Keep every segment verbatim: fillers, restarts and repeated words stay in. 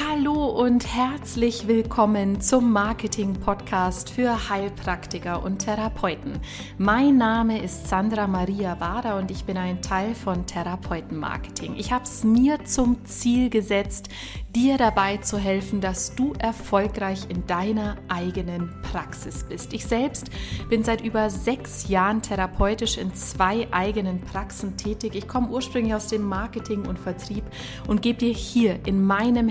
Hallo und herzlich willkommen zum Marketing-Podcast für Heilpraktiker und Therapeuten. Mein Name ist Sandra Maria Wader und ich bin ein Teil von Therapeuten-Marketing. Ich habe es mir zum Ziel gesetzt, dir dabei zu helfen, dass du erfolgreich in deiner eigenen Praxis bist. Ich selbst bin seit über sechs Jahren therapeutisch in zwei eigenen Praxen tätig. Ich komme ursprünglich aus dem Marketing und Vertrieb und gebe dir hier in meinem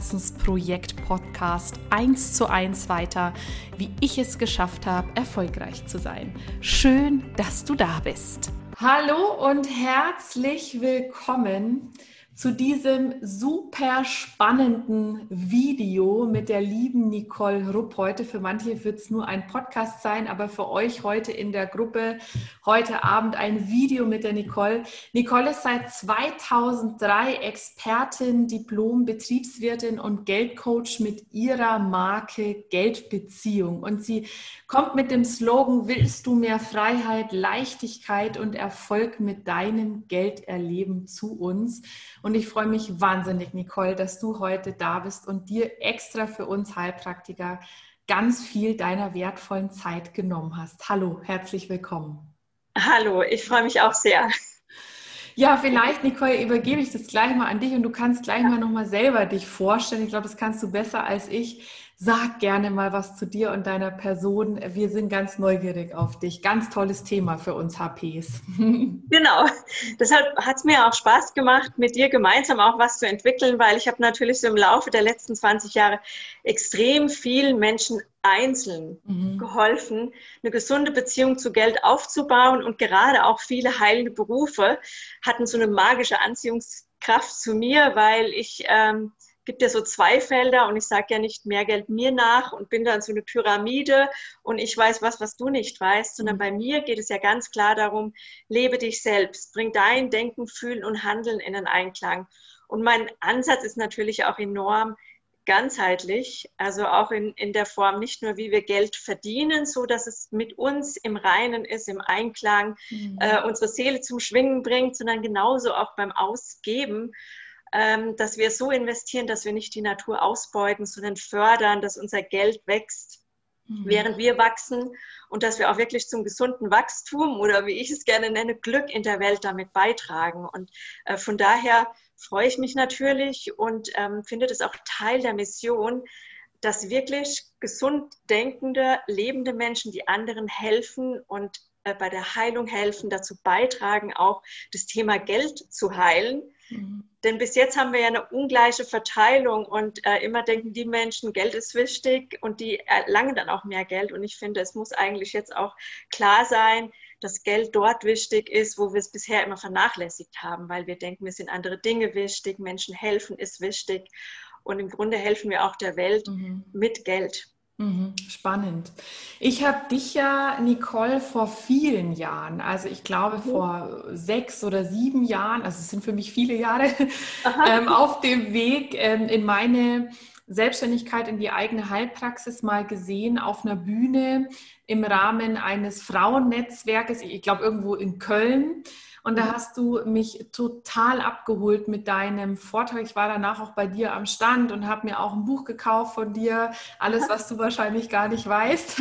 Herzensprojekt-Podcast eins zu eins weiter, wie ich es geschafft habe, erfolgreich zu sein. Schön, dass du da bist. Hallo und herzlich willkommen zu diesem super spannenden Video mit der lieben Nicole Rupp. Heute für manche wird es nur ein Podcast sein, aber für euch heute in der Gruppe heute Abend ein Video mit der Nicole. Nicole ist seit zweitausenddrei Expertin, Diplom-Betriebswirtin und Geldcoach mit ihrer Marke Geldbeziehung. Und sie kommt mit dem Slogan: Willst du mehr Freiheit, Leichtigkeit und Erfolg mit deinem Gelderleben zu uns? Und ich freue mich wahnsinnig, Nicole, dass du heute da bist und dir extra für uns Heilpraktiker ganz viel deiner wertvollen Zeit genommen hast. Hallo, herzlich willkommen. Hallo, ich freue mich auch sehr. Ja, vielleicht, Nicole, übergebe ich das gleich mal an dich und du kannst gleich mal nochmal selber dich vorstellen. Ich glaube, das kannst du besser als ich. Sag gerne mal was zu dir und deiner Person. Wir sind ganz neugierig auf dich. Ganz tolles Thema für uns H Ps. Genau, deshalb hat es mir auch Spaß gemacht, mit dir gemeinsam auch was zu entwickeln, weil ich habe natürlich so im Laufe der letzten zwanzig Jahre extrem vielen Menschen einzeln mhm. geholfen, eine gesunde Beziehung zu Geld aufzubauen, und gerade auch viele heilende Berufe hatten so eine magische Anziehungskraft zu mir, weil ich... Ähm, gibt ja so zwei Felder und ich sage ja nicht mehr Geld mir nach und bin dann so eine Pyramide und ich weiß was, was du nicht weißt, sondern bei mir geht es ja ganz klar darum, lebe dich selbst, bring dein Denken, Fühlen und Handeln in den Einklang. Und mein Ansatz ist natürlich auch enorm ganzheitlich, also auch in, in der Form nicht nur, wie wir Geld verdienen, so dass es mit uns im Reinen ist, im Einklang, mhm. äh, unsere Seele zum Schwingen bringt, sondern genauso auch beim Ausgeben, dass wir so investieren, dass wir nicht die Natur ausbeuten, sondern fördern, dass unser Geld wächst, mhm. während wir wachsen, und dass wir auch wirklich zum gesunden Wachstum oder, wie ich es gerne nenne, Glück in der Welt damit beitragen. Und äh, von daher freue ich mich natürlich und ähm, finde das auch Teil der Mission, dass wirklich gesund denkende, lebende Menschen, die anderen helfen und äh, bei der Heilung helfen, dazu beitragen, auch das Thema Geld zu heilen. Mhm. Denn bis jetzt haben wir ja eine ungleiche Verteilung und äh, immer denken die Menschen, Geld ist wichtig, und die erlangen dann auch mehr Geld. Und ich finde, es muss eigentlich jetzt auch klar sein, dass Geld dort wichtig ist, wo wir es bisher immer vernachlässigt haben, weil wir denken, es sind andere Dinge wichtig, Menschen helfen ist wichtig, und im Grunde helfen wir auch der Welt mhm. mit Geld. Spannend. Ich habe dich ja, Nicole, vor vielen Jahren, also ich glaube vor sechs oder sieben Jahren, also es sind für mich viele Jahre, ähm, auf dem Weg ähm, in meine Selbstständigkeit, in die eigene Heilpraxis mal gesehen, auf einer Bühne im Rahmen eines Frauennetzwerkes, ich glaube irgendwo in Köln. Und da hast du mich total abgeholt mit deinem Vortrag. Ich war danach auch bei dir am Stand und habe mir auch ein Buch gekauft von dir. Alles, was du wahrscheinlich gar nicht weißt.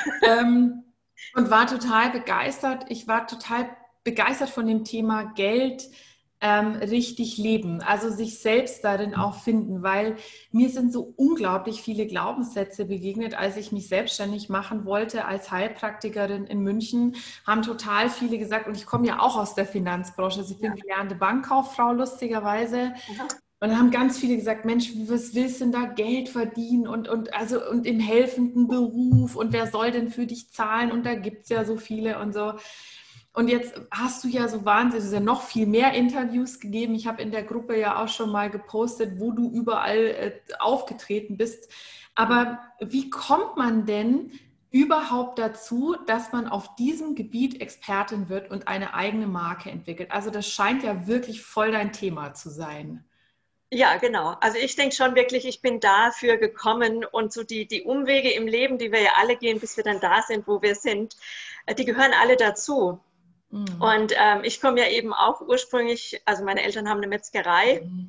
ähm, und war total begeistert. Ich war total begeistert von dem Thema Geld ähm, richtig leben. Also sich selbst darin auch finden. Weil mir sind so unglaublich viele Glaubenssätze begegnet, als ich mich selbstständig machen wollte als Heilpraktikerin in München. Haben total viele gesagt, und ich komme ja auch aus der Finanzbranche, also ich bin gelernte Bankkauffrau lustigerweise. Und dann haben ganz viele gesagt, Mensch, was willst du denn da Geld verdienen und, und, also, und im helfenden Beruf, und wer soll denn für dich zahlen, und da gibt es ja so viele und so. Und jetzt hast du ja so wahnsinnig, es ist ja noch viel mehr Interviews gegeben. Ich habe in der Gruppe ja auch schon mal gepostet, wo du überall äh, aufgetreten bist. Aber wie kommt man denn überhaupt dazu, dass man auf diesem Gebiet Expertin wird und eine eigene Marke entwickelt? Also das scheint ja wirklich voll dein Thema zu sein. Ja, genau. Also ich denke schon wirklich, ich bin dafür gekommen, und so die, die Umwege im Leben, die wir ja alle gehen, bis wir dann da sind, wo wir sind, die gehören alle dazu. Mhm. Und ähm, ich komme ja eben auch ursprünglich, also meine Eltern haben eine Metzgerei. Mhm.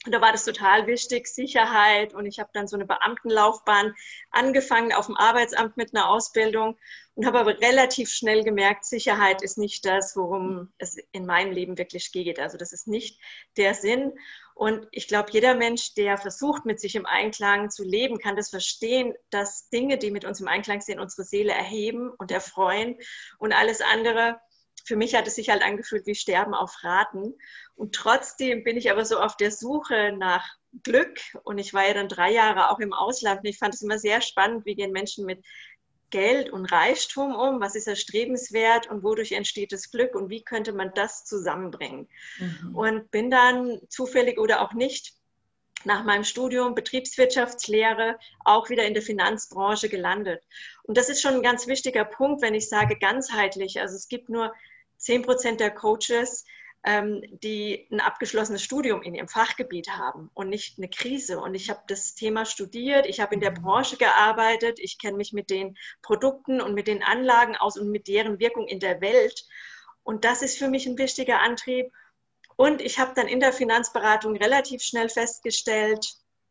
Und da war das total wichtig, Sicherheit. Und ich habe dann so eine Beamtenlaufbahn angefangen auf dem Arbeitsamt mit einer Ausbildung und habe aber relativ schnell gemerkt, Sicherheit ist nicht das, worum es in meinem Leben wirklich geht. Also das ist nicht der Sinn. Und ich glaube, jeder Mensch, der versucht, mit sich im Einklang zu leben, kann das verstehen, dass Dinge, die mit uns im Einklang sind, unsere Seele erheben und erfreuen und alles andere. Für mich hat es sich halt angefühlt wie Sterben auf Raten. Und trotzdem bin ich aber so auf der Suche nach Glück. Und ich war ja dann drei Jahre auch im Ausland. Und ich fand es immer sehr spannend, wie gehen Menschen mit Geld und Reichtum um? Was ist erstrebenswert und wodurch entsteht das Glück? Und wie könnte man das zusammenbringen? Mhm. Und bin dann zufällig oder auch nicht nach meinem Studium Betriebswirtschaftslehre auch wieder in der Finanzbranche gelandet. Und das ist schon ein ganz wichtiger Punkt, wenn ich sage ganzheitlich. Also es gibt nur zehn Prozent der Coaches, ähm, die ein abgeschlossenes Studium in ihrem Fachgebiet haben und nicht eine Krise. Und ich habe das Thema studiert, ich habe in der Branche gearbeitet, ich kenne mich mit den Produkten und mit den Anlagen aus und mit deren Wirkung in der Welt. Und das ist für mich ein wichtiger Antrieb. Und ich habe dann in der Finanzberatung relativ schnell festgestellt,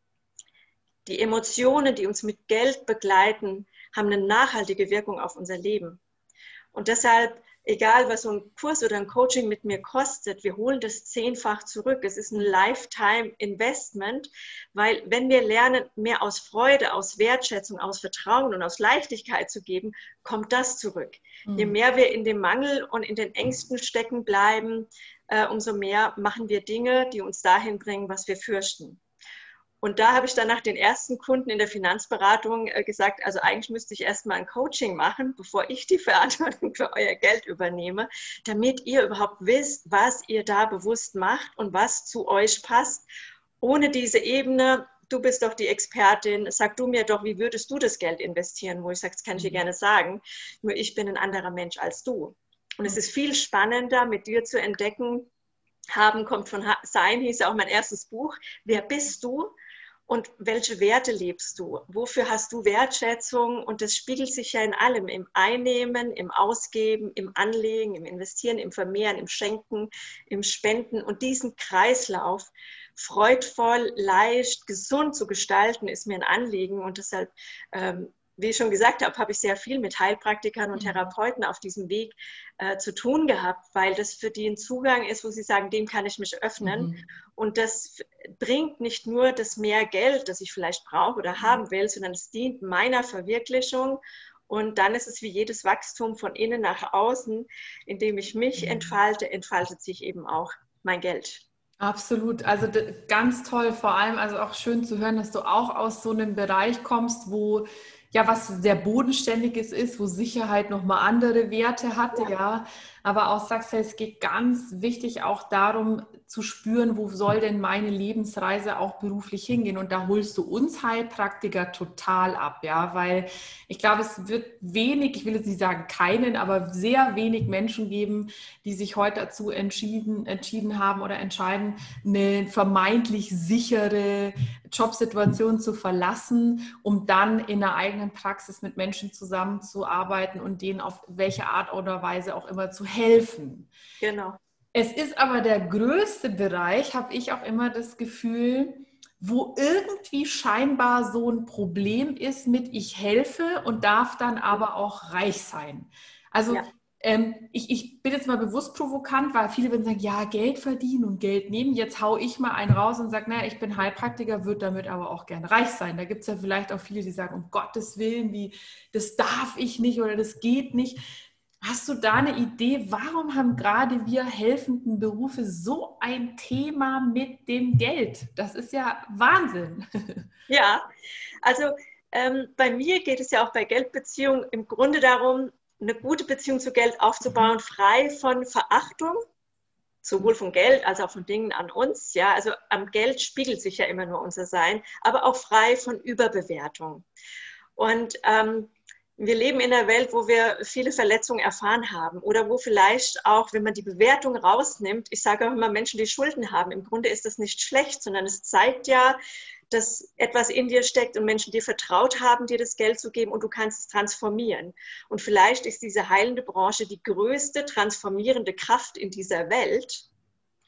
die Emotionen, die uns mit Geld begleiten, haben eine nachhaltige Wirkung auf unser Leben. Und deshalb, egal was so ein Kurs oder ein Coaching mit mir kostet, wir holen das zehnfach zurück. Es ist ein Lifetime-Investment, weil wenn wir lernen, mehr aus Freude, aus Wertschätzung, aus Vertrauen und aus Leichtigkeit zu geben, kommt das zurück. Mhm. Je mehr wir in dem Mangel und in den Ängsten stecken bleiben, äh, umso mehr machen wir Dinge, die uns dahin bringen, was wir fürchten. Und da habe ich dann nach den ersten Kunden in der Finanzberatung äh, gesagt, also eigentlich müsste ich erstmal ein Coaching machen, bevor ich die Verantwortung für euer Geld übernehme, damit ihr überhaupt wisst, was ihr da bewusst macht und was zu euch passt. Ohne diese Ebene, du bist doch die Expertin, sag du mir doch, wie würdest du das Geld investieren? Wo ich sage, das kann ich dir gerne sagen, nur ich bin ein anderer Mensch als du. Und es ist viel spannender, mit dir zu entdecken, haben kommt von Sein, hieß ja auch mein erstes Buch, wer bist du? Und welche Werte lebst du? Wofür hast du Wertschätzung? Und das spiegelt sich ja in allem, im Einnehmen, im Ausgeben, im Anlegen, im Investieren, im Vermehren, im Schenken, im Spenden. Und diesen Kreislauf freudvoll, leicht, gesund zu gestalten, ist mir ein Anliegen. Und deshalb, ähm, wie ich schon gesagt habe, habe ich sehr viel mit Heilpraktikern und Therapeuten auf diesem Weg äh, zu tun gehabt, weil das für die ein Zugang ist, wo sie sagen, dem kann ich mich öffnen. Mhm. Und das bringt nicht nur das mehr Geld, das ich vielleicht brauche oder haben will, sondern es dient meiner Verwirklichung. Und dann ist es wie jedes Wachstum von innen nach außen, indem ich mich entfalte, entfaltet sich eben auch mein Geld. Absolut, also ganz toll, vor allem also auch schön zu hören, dass du auch aus so einem Bereich kommst, wo ja was sehr Bodenständiges ist, wo Sicherheit nochmal andere Werte hatte, ja. ja, aber auch sagst du, es geht ganz wichtig auch darum zu spüren, wo soll denn meine Lebensreise auch beruflich hingehen, und da holst du uns Heilpraktiker total ab, ja, weil ich glaube, es wird wenig, ich will jetzt nicht sagen keinen, aber sehr wenig Menschen geben, die sich heute dazu entschieden, entschieden haben oder entscheiden, eine vermeintlich sichere Jobsituation zu verlassen, um dann in einer eigenen Praxis mit Menschen zusammenzuarbeiten und denen auf welche Art oder Weise auch immer zu helfen. Genau. Es ist aber der größte Bereich, habe ich auch immer das Gefühl, wo irgendwie scheinbar so ein Problem ist mit ich helfe und darf dann aber auch reich sein. Also ja. ähm, ich, ich bin jetzt mal bewusst provokant, weil viele würden sagen, ja, Geld verdienen und Geld nehmen. Jetzt haue ich mal einen raus und sage, naja, ich bin Heilpraktiker, würde damit aber auch gern reich sein. Da gibt es ja vielleicht auch viele, die sagen, um Gottes Willen, wie, das darf ich nicht oder das geht nicht. Hast du da eine Idee, warum haben gerade wir helfenden Berufe so ein Thema mit dem Geld? Das ist ja Wahnsinn. Ja, also ähm, bei mir geht es ja auch bei Geldbeziehungen im Grunde darum, eine gute Beziehung zu Geld aufzubauen, frei von Verachtung, sowohl von Geld als auch von Dingen an uns. Ja, also am Geld spiegelt sich ja immer nur unser Sein, aber auch frei von Überbewertung. Und ähm, wir leben in einer Welt, wo wir viele Verletzungen erfahren haben oder wo vielleicht auch, wenn man die Bewertung rausnimmt, ich sage auch immer Menschen, die Schulden haben, im Grunde ist das nicht schlecht, sondern es zeigt ja, dass etwas in dir steckt und Menschen dir vertraut haben, dir das Geld zu geben und du kannst es transformieren. Und vielleicht ist diese heilende Branche die größte transformierende Kraft in dieser Welt.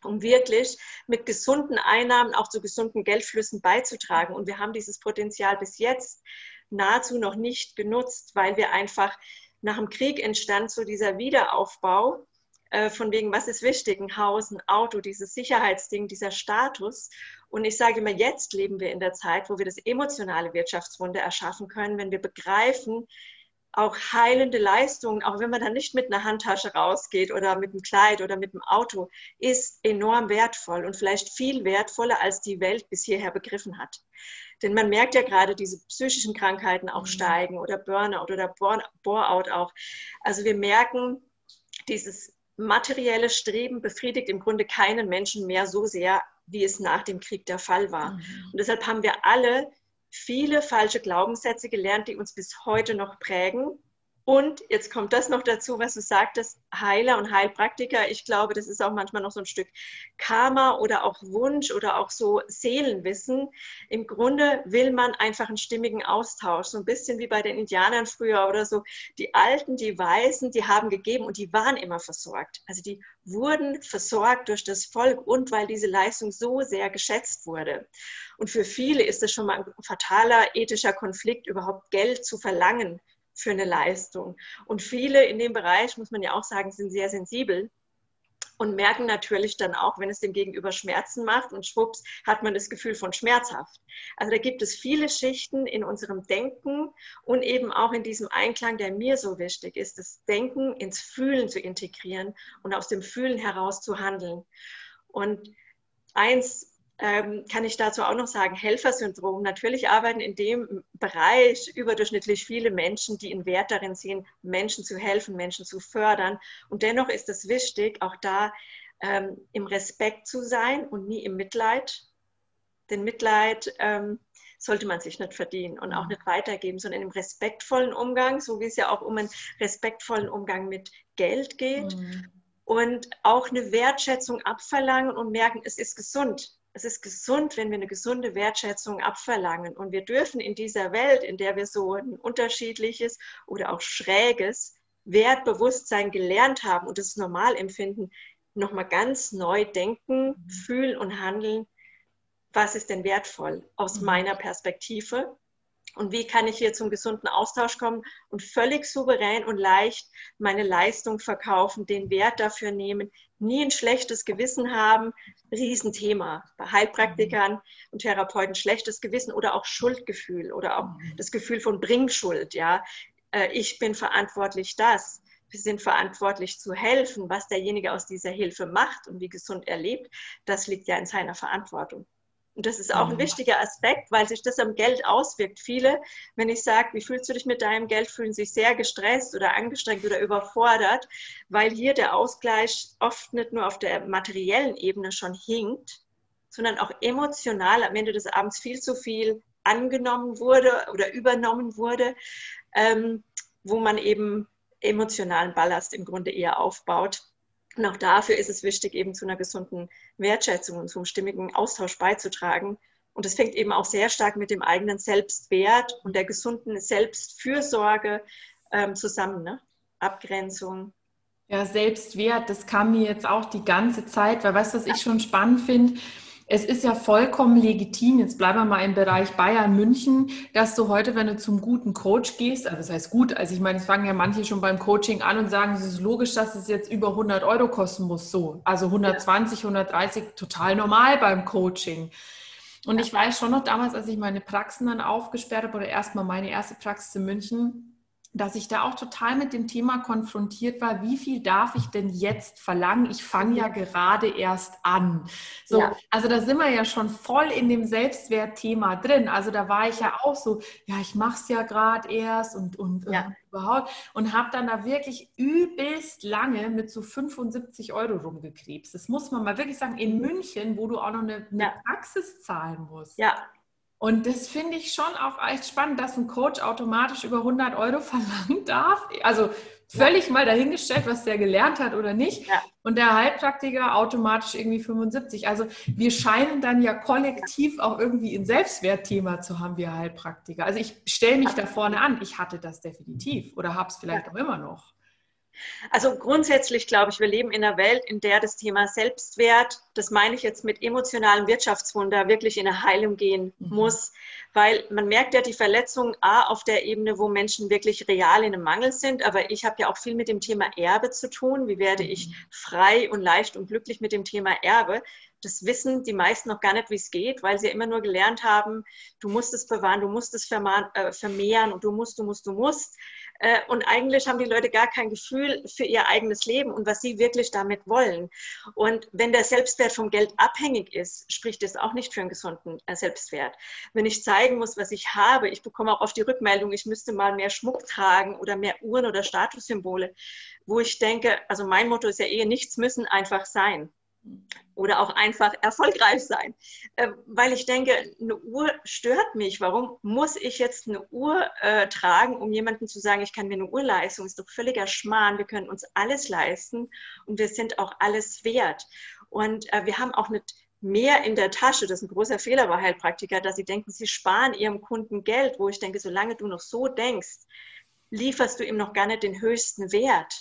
um wirklich mit gesunden Einnahmen auch zu gesunden Geldflüssen beizutragen. Und wir haben dieses Potenzial bis jetzt nahezu noch nicht genutzt, weil wir einfach nach dem Krieg entstand so dieser Wiederaufbau, äh, von wegen, was ist wichtig, ein Haus, ein Auto, dieses Sicherheitsding, dieser Status. Und ich sage immer, jetzt leben wir in der Zeit, wo wir das emotionale Wirtschaftswunder erschaffen können, wenn wir begreifen, auch heilende Leistungen, auch wenn man dann nicht mit einer Handtasche rausgeht oder mit einem Kleid oder mit einem Auto, ist enorm wertvoll und vielleicht viel wertvoller, als die Welt bis hierher begriffen hat. Denn man merkt ja gerade, diese psychischen Krankheiten auch steigen oder Burnout oder Bore-out auch. Also wir merken, dieses materielle Streben befriedigt im Grunde keinen Menschen mehr so sehr, wie es nach dem Krieg der Fall war. Mhm. Und deshalb haben wir alle viele falsche Glaubenssätze gelernt, die uns bis heute noch prägen. Und jetzt kommt das noch dazu, was du sagtest, Heiler und Heilpraktiker. Ich glaube, das ist auch manchmal noch so ein Stück Karma oder auch Wunsch oder auch so Seelenwissen. Im Grunde will man einfach einen stimmigen Austausch, so ein bisschen wie bei den Indianern früher oder so. Die Alten, die Weisen, die haben gegeben und die waren immer versorgt. Also die wurden versorgt durch das Volk und weil diese Leistung so sehr geschätzt wurde. Und für viele ist es schon mal ein fataler ethischer Konflikt, überhaupt Geld zu verlangen für eine Leistung. Und viele in dem Bereich, muss man ja auch sagen, sind sehr sensibel und merken natürlich dann auch, wenn es dem Gegenüber Schmerzen macht und schwupps hat man das Gefühl von schmerzhaft. Also da gibt es viele Schichten in unserem Denken und eben auch in diesem Einklang, der mir so wichtig ist, das Denken ins Fühlen zu integrieren und aus dem Fühlen heraus zu handeln. Und eins Ähm, kann ich dazu auch noch sagen, Helfersyndrom. Natürlich arbeiten in dem Bereich überdurchschnittlich viele Menschen, die einen Wert darin sehen, Menschen zu helfen, Menschen zu fördern. Und dennoch ist es wichtig, auch da ähm, im Respekt zu sein und nie im Mitleid. Denn Mitleid ähm, sollte man sich nicht verdienen und auch nicht weitergeben, sondern im respektvollen Umgang, so wie es ja auch um einen respektvollen Umgang mit Geld geht. Mhm. Und auch eine Wertschätzung abverlangen und merken, es ist gesund. Es ist gesund, wenn wir eine gesunde Wertschätzung abverlangen. Und wir dürfen in dieser Welt, in der wir so ein unterschiedliches oder auch schräges Wertbewusstsein gelernt haben und das normal empfinden, nochmal ganz neu denken, fühlen und handeln. Was ist denn wertvoll aus meiner Perspektive? Und wie kann ich hier zum gesunden Austausch kommen und völlig souverän und leicht meine Leistung verkaufen, den Wert dafür nehmen, nie ein schlechtes Gewissen haben, Riesenthema. Bei Heilpraktikern und Therapeuten schlechtes Gewissen oder auch Schuldgefühl oder auch das Gefühl von Bringschuld. Ja, ich bin verantwortlich, das. Wir sind verantwortlich zu helfen. Was derjenige aus dieser Hilfe macht und wie gesund er lebt, das liegt ja in seiner Verantwortung. Und das ist auch ein wichtiger Aspekt, weil sich das am Geld auswirkt. Viele, wenn ich sage, wie fühlst du dich mit deinem Geld, fühlen sich sehr gestresst oder angestrengt oder überfordert, weil hier der Ausgleich oft nicht nur auf der materiellen Ebene schon hinkt, sondern auch emotional am Ende des Abends viel zu viel angenommen wurde oder übernommen wurde, ähm, wo man eben emotionalen Ballast im Grunde eher aufbaut. Und auch dafür ist es wichtig, eben zu einer gesunden Wertschätzung und zum stimmigen Austausch beizutragen. Und das fängt eben auch sehr stark mit dem eigenen Selbstwert und der gesunden Selbstfürsorge ähm, zusammen, ne? Abgrenzung. Ja, Selbstwert, das kam mir jetzt auch die ganze Zeit, weil weißt du, was ich schon spannend finde? Es ist ja vollkommen legitim, jetzt bleiben wir mal im Bereich Bayern, München, dass du heute, wenn du zum guten Coach gehst, also das heißt gut, also ich meine, es fangen ja manche schon beim Coaching an und sagen, es ist logisch, dass es jetzt über hundert Euro kosten muss, so. Also hundertzwanzig, hundertdreißig, total normal beim Coaching. Und ich weiß schon noch damals, als ich meine Praxen dann aufgesperrt habe oder erstmal meine erste Praxis in München, dass ich da auch total mit dem Thema konfrontiert war, wie viel darf ich denn jetzt verlangen? Ich fange ja gerade erst an. So, ja. Also da sind wir ja schon voll in dem Selbstwertthema drin. Also da war ich ja auch so, ja, ich mache es ja gerade erst und, und ja. äh, überhaupt und habe dann da wirklich übelst lange mit so fünfundsiebzig Euro rumgekrebst. Das muss man mal wirklich sagen, in München, wo du auch noch eine, eine ja. Praxis zahlen musst. Ja. Und das finde ich schon auch echt spannend, dass ein Coach automatisch über hundert Euro verlangen darf. Also völlig ja. mal dahingestellt, was der gelernt hat oder nicht. Ja. Und der Heilpraktiker automatisch irgendwie fünfundsiebzig. Also wir scheinen dann ja kollektiv auch irgendwie ein Selbstwertthema zu haben, wir Heilpraktiker. Also ich stelle mich da vorne an. Ich hatte das definitiv oder habe es vielleicht ja. auch immer noch. Also grundsätzlich glaube ich, wir leben in einer Welt, in der das Thema Selbstwert, das meine ich jetzt mit emotionalem Wirtschaftswunder, wirklich in eine Heilung gehen mhm. muss, weil man merkt ja die Verletzungen A auf der Ebene, wo Menschen wirklich real in einem Mangel sind, aber ich habe ja auch viel mit dem Thema Erbe zu tun. Wie werde mhm. ich frei und leicht und glücklich mit dem Thema Erbe? Das wissen die meisten noch gar nicht, wie es geht, weil sie ja immer nur gelernt haben, du musst es bewahren, du musst es vermehren und du musst, du musst, du musst. Und eigentlich haben die Leute gar kein Gefühl für ihr eigenes Leben und was sie wirklich damit wollen. Und wenn der Selbstwert vom Geld abhängig ist, spricht das auch nicht für einen gesunden Selbstwert. Wenn ich zeigen muss, was ich habe, ich bekomme auch oft die Rückmeldung, ich müsste mal mehr Schmuck tragen oder mehr Uhren oder Statussymbole, wo ich denke, also mein Motto ist ja eher, nichts müssen, einfach sein. Oder auch einfach erfolgreich sein. Äh, weil ich denke, eine Uhr stört mich. Warum muss ich jetzt eine Uhr äh, tragen, um jemandem zu sagen, ich kann mir eine Uhr leisten? Das ist doch völliger Schmarrn. Wir können uns alles leisten und wir sind auch alles wert. Und äh, wir haben auch nicht mehr in der Tasche. Das ist ein großer Fehler bei Heilpraktikern, dass sie denken, sie sparen ihrem Kunden Geld. Wo ich denke, solange du noch so denkst, lieferst du ihm noch gar nicht den höchsten Wert.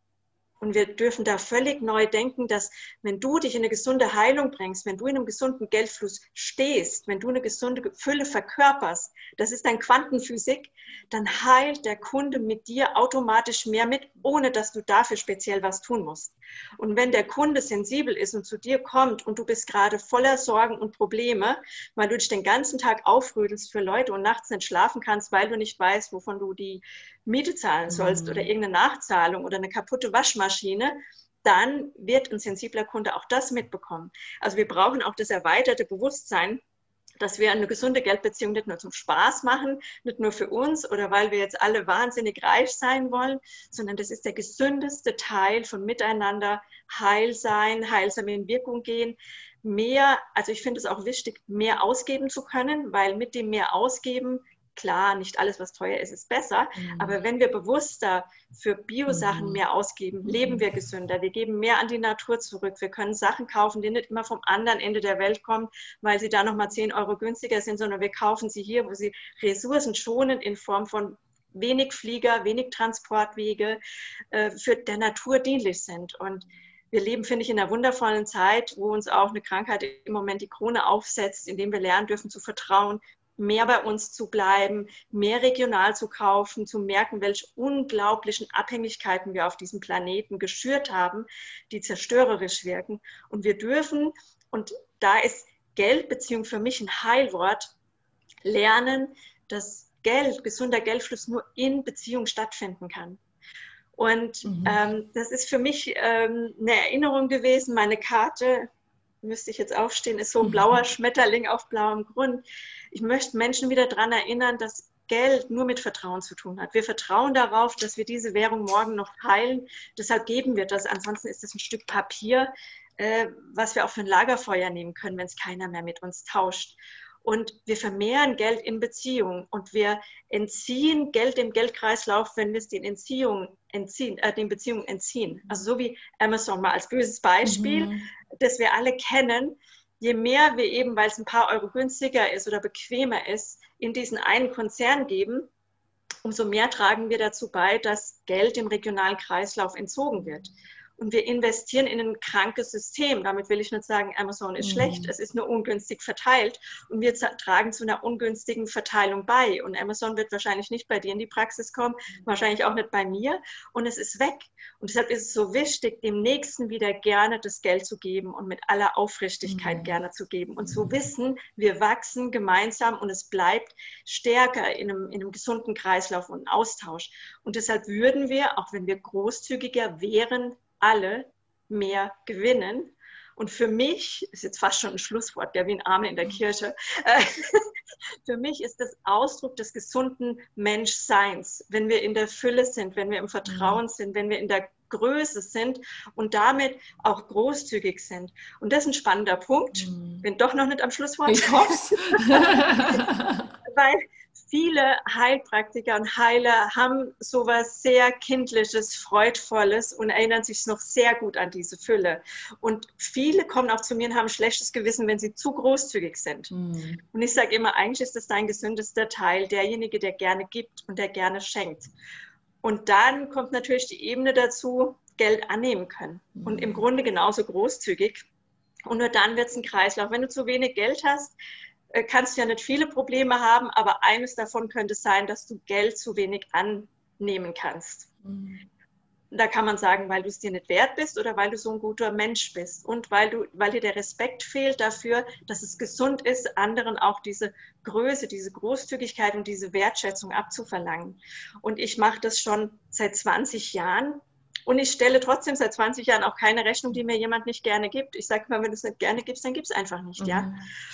Und wir dürfen da völlig neu denken, dass wenn du dich in eine gesunde Heilung bringst, wenn du in einem gesunden Geldfluss stehst, wenn du eine gesunde Fülle verkörperst, das ist dann Quantenphysik, dann heilt der Kunde mit dir automatisch mehr mit, ohne dass du dafür speziell was tun musst. Und wenn der Kunde sensibel ist und zu dir kommt und du bist gerade voller Sorgen und Probleme, weil du dich den ganzen Tag aufrüdelst für Leute und nachts nicht schlafen kannst, weil du nicht weißt, wovon du die Miete zahlen sollst mhm. oder irgendeine Nachzahlung oder eine kaputte Waschmaschine, dann wird ein sensibler Kunde auch das mitbekommen. Also wir brauchen auch das erweiterte Bewusstsein, dass wir eine gesunde Geldbeziehung nicht nur zum Spaß machen, nicht nur für uns oder weil wir jetzt alle wahnsinnig reich sein wollen, sondern das ist der gesündeste Teil von Miteinander, heil sein, heilsam in Wirkung gehen, mehr, also ich finde es auch wichtig, mehr ausgeben zu können, weil mit dem mehr ausgeben, klar, nicht alles, was teuer ist, ist besser, mhm. aber wenn wir bewusster für Bio-Sachen mhm. mehr ausgeben, mhm. leben wir gesünder, wir geben mehr an die Natur zurück, wir können Sachen kaufen, die nicht immer vom anderen Ende der Welt kommen, weil sie da nochmal zehn Euro günstiger sind, sondern wir kaufen sie hier, wo sie Ressourcen schonen in Form von wenig Flieger, wenig Transportwege, äh, für der Natur dienlich sind. Und wir leben, finde ich, in einer wundervollen Zeit, wo uns auch eine Krankheit im Moment die Krone aufsetzt, indem wir lernen dürfen zu vertrauen, mehr bei uns zu bleiben, mehr regional zu kaufen, zu merken, welche unglaublichen Abhängigkeiten wir auf diesem Planeten geschürt haben, die zerstörerisch wirken. Und wir dürfen, und da ist Geldbeziehung für mich ein Heilwort, lernen, dass Geld, gesunder Geldfluss nur in Beziehung stattfinden kann. Und mhm. ähm, das ist für mich ähm, eine Erinnerung gewesen, meine Karte, müsste ich jetzt aufstehen, ist so ein blauer Schmetterling auf blauem Grund. Ich möchte Menschen wieder daran erinnern, dass Geld nur mit Vertrauen zu tun hat. Wir vertrauen darauf, dass wir diese Währung morgen noch heilen. Deshalb geben wir das. Ansonsten ist es ein Stück Papier, äh, was wir auch für ein Lagerfeuer nehmen können, wenn es keiner mehr mit uns tauscht. Und wir vermehren Geld in Beziehungen und wir entziehen Geld dem Geldkreislauf, wenn wir es den Entziehungen entziehen, äh, den Beziehungen entziehen. Also so wie Amazon mal als böses Beispiel, mhm. das wir alle kennen. Je mehr wir eben, weil es ein paar Euro günstiger ist oder bequemer ist, in diesen einen Konzern geben, umso mehr tragen wir dazu bei, dass Geld dem regionalen Kreislauf entzogen wird. Und wir investieren in ein krankes System. Damit will ich nicht sagen, Amazon ist mhm. schlecht. Es ist nur ungünstig verteilt. Und wir tragen zu einer ungünstigen Verteilung bei. Und Amazon wird wahrscheinlich nicht bei dir in die Praxis kommen, wahrscheinlich auch nicht bei mir. Und es ist weg. Und deshalb ist es so wichtig, dem Nächsten wieder gerne das Geld zu geben und mit aller Aufrichtigkeit mhm. gerne zu geben. Und zu wissen, wir wachsen gemeinsam und es bleibt stärker in einem, in einem gesunden Kreislauf und Austausch. Und deshalb würden wir, auch wenn wir großzügiger wären, alle mehr gewinnen. Und für mich, ist jetzt fast schon ein Schlusswort, ja, wie ein Amen in der Kirche, äh, für mich ist das Ausdruck des gesunden Menschseins, wenn wir in der Fülle sind, wenn wir im Vertrauen mhm. sind, wenn wir in der Größe sind und damit auch großzügig sind. Und das ist ein spannender Punkt. Mhm. Bin doch noch nicht am Schlusswort. Ich hoffe es. Weil viele Heilpraktiker und Heiler haben sowas sehr Kindliches, Freudvolles und erinnern sich noch sehr gut an diese Fülle. Und viele kommen auch zu mir und haben ein schlechtes Gewissen, wenn sie zu großzügig sind. Mhm. Und ich sage immer, eigentlich ist das dein gesündester Teil, derjenige, der gerne gibt und der gerne schenkt. Und dann kommt natürlich die Ebene dazu, Geld annehmen können. Und im Grunde genauso großzügig. Und nur dann wird es ein Kreislauf. Wenn du zu wenig Geld hast, kannst du ja nicht viele Probleme haben, aber eines davon könnte sein, dass du Geld zu wenig annehmen kannst. Mhm. Da kann man sagen, weil du es dir nicht wert bist oder weil du so ein guter Mensch bist und weil, du, weil dir der Respekt fehlt dafür, dass es gesund ist, anderen auch diese Größe, diese Großzügigkeit und diese Wertschätzung abzuverlangen. Und ich mache das schon seit zwanzig Jahren. Und ich stelle trotzdem seit zwanzig Jahren auch keine Rechnung, die mir jemand nicht gerne gibt. Ich sage mal, wenn du es nicht gerne gibst, dann gib es einfach nicht, ja.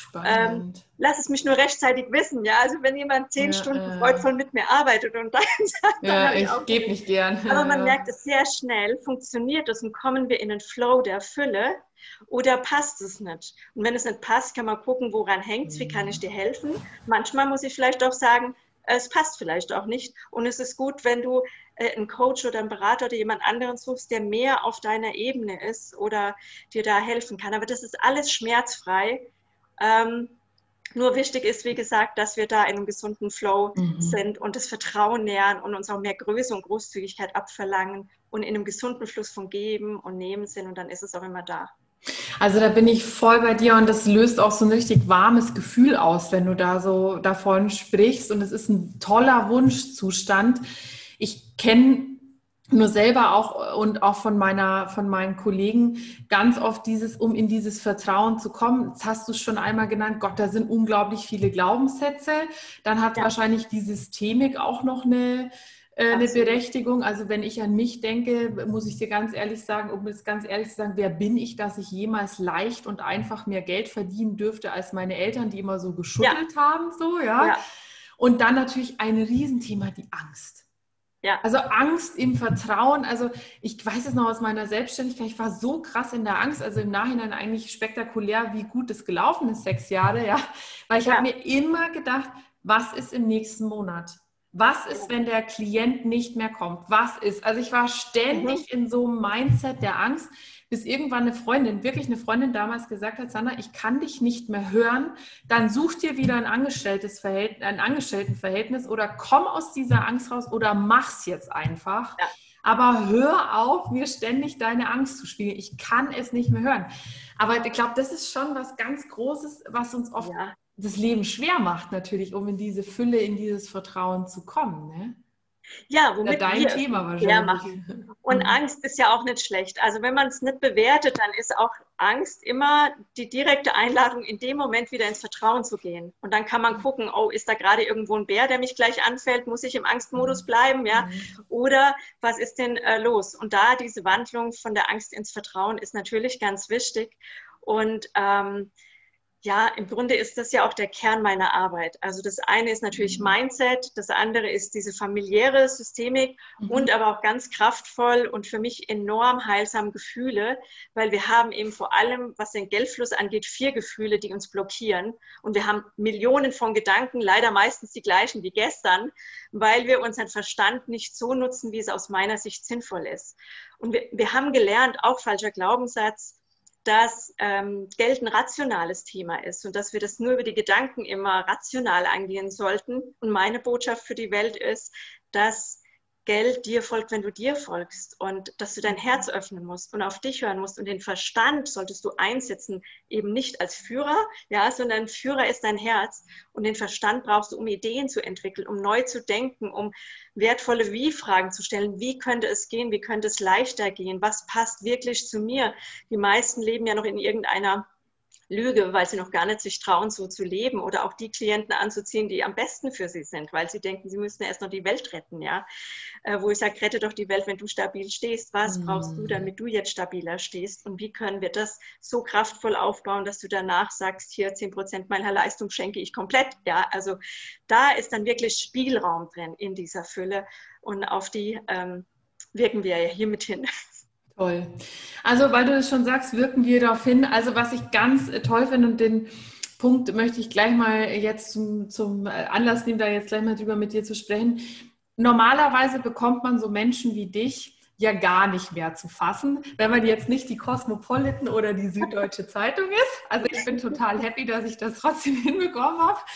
Ähm, lass es mich nur rechtzeitig wissen, ja. Also wenn jemand zehn ja, Stunden äh, freudvoll mit mir arbeitet und dann sagt, ja, dann ich, ich gebe nicht gern. Aber man ja. merkt es sehr schnell, funktioniert das und kommen wir in den Flow der Fülle oder passt es nicht? Und wenn es nicht passt, kann man gucken, woran hängt es, wie kann ich dir helfen? Manchmal muss ich vielleicht auch sagen, es passt vielleicht auch nicht. Und es ist gut, wenn du äh, einen Coach oder einen Berater oder jemand anderen suchst, der mehr auf deiner Ebene ist oder dir da helfen kann. Aber das ist alles schmerzfrei. Ähm, nur wichtig ist, wie gesagt, dass wir da in einem gesunden Flow mhm. sind und das Vertrauen nähern und uns auch mehr Größe und Großzügigkeit abverlangen und in einem gesunden Fluss von Geben und Nehmen sind. Und dann ist es auch immer da. Also da bin ich voll bei dir und das löst auch so ein richtig warmes Gefühl aus, wenn du da so davon sprichst und es ist ein toller Wunschzustand. Ich kenne nur selber auch und auch von meiner, von meinen Kollegen ganz oft dieses, um in dieses Vertrauen zu kommen. Jetzt hast du es schon einmal genannt, Gott, da sind unglaublich viele Glaubenssätze. Dann hat ja. wahrscheinlich die Systemik auch noch eine eine Berechtigung. Also wenn ich an mich denke, muss ich dir ganz ehrlich sagen, um es ganz ehrlich zu sagen, wer bin ich, dass ich jemals leicht und einfach mehr Geld verdienen dürfte als meine Eltern, die immer so geschuddelt ja. haben, so, ja? ja. Und dann natürlich ein Riesenthema, die Angst. Ja. Also Angst im Vertrauen, also ich weiß es noch aus meiner Selbstständigkeit, ich war so krass in der Angst, also im Nachhinein eigentlich spektakulär, wie gut es gelaufen ist, sechs Jahre, ja, weil ich ja. habe mir immer gedacht, was ist im nächsten Monat? Was ist, wenn der Klient nicht mehr kommt? Was ist? Also ich war ständig mhm. in so einem Mindset der Angst, bis irgendwann eine Freundin, wirklich eine Freundin damals gesagt hat, Sandra, ich kann dich nicht mehr hören, dann such dir wieder ein angestelltes Verhältnis, ein Angestelltenverhältnis oder komm aus dieser Angst raus oder mach's jetzt einfach. Ja. Aber hör auf, mir ständig deine Angst zu spiegeln. Ich kann es nicht mehr hören. Aber ich glaube, das ist schon was ganz Großes, was uns oft ja. das Leben schwer macht natürlich, um in diese Fülle, in dieses Vertrauen zu kommen. Ne? Ja, womit ja, dein wir Thema wahrscheinlich. Machen. Und mhm. Angst ist ja auch nicht schlecht. Also wenn man es nicht bewertet, dann ist auch Angst immer die direkte Einladung, in dem Moment wieder ins Vertrauen zu gehen. Und dann kann man gucken, oh, ist da gerade irgendwo ein Bär, der mich gleich anfällt? Muss ich im Angstmodus bleiben? Ja? Mhm. Oder was ist denn äh, los? Und da diese Wandlung von der Angst ins Vertrauen ist natürlich ganz wichtig. Und ähm, ja, im Grunde ist das ja auch der Kern meiner Arbeit. Also das eine ist natürlich Mindset, das andere ist diese familiäre Systemik mhm. und aber auch ganz kraftvoll und für mich enorm heilsam Gefühle, weil wir haben eben vor allem, was den Geldfluss angeht, vier Gefühle, die uns blockieren. Und wir haben Millionen von Gedanken, leider meistens die gleichen wie gestern, weil wir unseren Verstand nicht so nutzen, wie es aus meiner Sicht sinnvoll ist. Und wir, wir haben gelernt, auch falscher Glaubenssatz, dass ähm, Geld ein rationales Thema ist und dass wir das nur über die Gedanken immer rational angehen sollten. Und meine Botschaft für die Welt ist, dass Geld dir folgt, wenn du dir folgst und dass du dein Herz öffnen musst und auf dich hören musst und den Verstand solltest du einsetzen, eben nicht als Führer, ja, sondern Führer ist dein Herz und den Verstand brauchst du, um Ideen zu entwickeln, um neu zu denken, um wertvolle Wie-Fragen zu stellen. Wie könnte es gehen? Wie könnte es leichter gehen? Was passt wirklich zu mir? Die meisten leben ja noch in irgendeiner Lüge, weil sie noch gar nicht sich trauen, so zu leben oder auch die Klienten anzuziehen, die am besten für sie sind, weil sie denken, sie müssen erst noch die Welt retten, ja. Äh, wo ich sage, rette doch die Welt, wenn du stabil stehst. Was mm. brauchst du, damit du jetzt stabiler stehst? Und wie können wir das so kraftvoll aufbauen, dass du danach sagst, hier zehn Prozent meiner Leistung schenke ich komplett, ja. Also da ist dann wirklich Spielraum drin in dieser Fülle und auf die ähm, wirken wir ja hier mit hin. Toll. Also, weil du es schon sagst, wirken wir darauf hin. Also, was ich ganz toll finde und den Punkt möchte ich gleich mal jetzt zum, zum Anlass nehmen, da jetzt gleich mal drüber mit dir zu sprechen. Normalerweise bekommt man so Menschen wie dich ja gar nicht mehr zu fassen, wenn man jetzt nicht die Cosmopolitan oder die Süddeutsche Zeitung ist. Also, ich bin total happy, dass ich das trotzdem hinbekommen habe.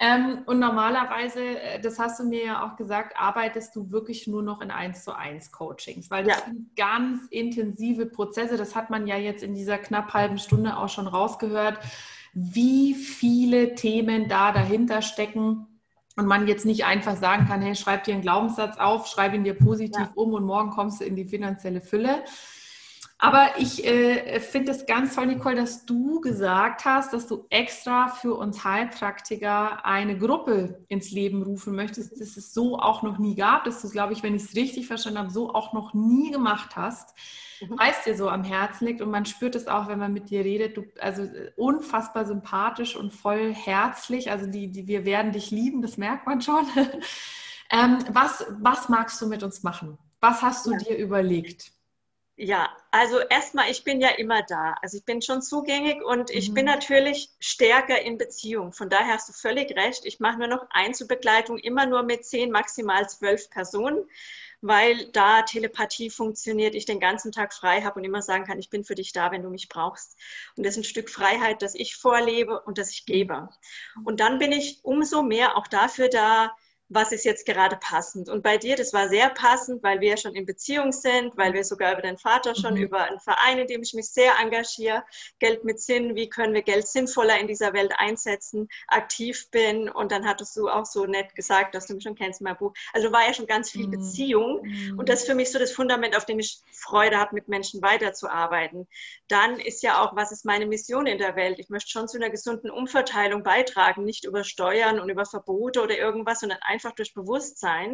Ähm, und normalerweise, äh, das hast du mir ja auch gesagt, arbeitest du wirklich nur noch in eins zu eins Coachings, weil das Ja. sind ganz intensive Prozesse. Das hat man ja jetzt in dieser knapp halben Stunde auch schon rausgehört, wie viele Themen da dahinter stecken. Und man jetzt nicht einfach sagen kann, hey, schreib dir einen Glaubenssatz auf, schreib ihn dir positiv Ja. um und morgen kommst du in die finanzielle Fülle. Aber ich äh, finde es ganz toll, Nicole, dass du gesagt hast, dass du extra für uns Heilpraktiker eine Gruppe ins Leben rufen möchtest, dass es so auch noch nie gab, dass du es, glaube ich, wenn ich es richtig verstanden habe, so auch noch nie gemacht hast, Mhm. weil es dir so am Herzen liegt und man spürt es auch, wenn man mit dir redet, du, also unfassbar sympathisch und voll herzlich, also die, die, wir werden dich lieben, das merkt man schon. ähm, was, was magst du mit uns machen? Was hast du Ja. dir überlegt? Ja, also erstmal, ich bin ja immer da. Also ich bin schon zugänglich und ich bin Mhm. natürlich stärker in Beziehung. Von daher hast du völlig recht. Ich mache nur noch Einzelbegleitung, immer nur mit zehn, maximal zwölf Personen, weil da Telepathie funktioniert, ich den ganzen Tag frei habe und immer sagen kann, ich bin für dich da, wenn du mich brauchst. Und das ist ein Stück Freiheit, das ich vorlebe und das ich gebe. Und dann bin ich umso mehr auch dafür da, was ist jetzt gerade passend. Und bei dir, das war sehr passend, weil wir ja schon in Beziehung sind, weil wir sogar über deinen Vater schon, Mhm. über einen Verein, in dem ich mich sehr engagiere, Geld mit Sinn, wie können wir Geld sinnvoller in dieser Welt einsetzen, aktiv bin. Und dann hattest du auch so nett gesagt, dass du mich schon kennst in meinem Buch. Also war ja schon ganz viel Mhm. Beziehung. Und das ist für mich so das Fundament, auf dem ich Freude habe, mit Menschen weiterzuarbeiten. Dann ist ja auch, was ist meine Mission in der Welt? Ich möchte schon zu einer gesunden Umverteilung beitragen, nicht über Steuern und über Verbote oder irgendwas, sondern einfach einfach durch Bewusstsein.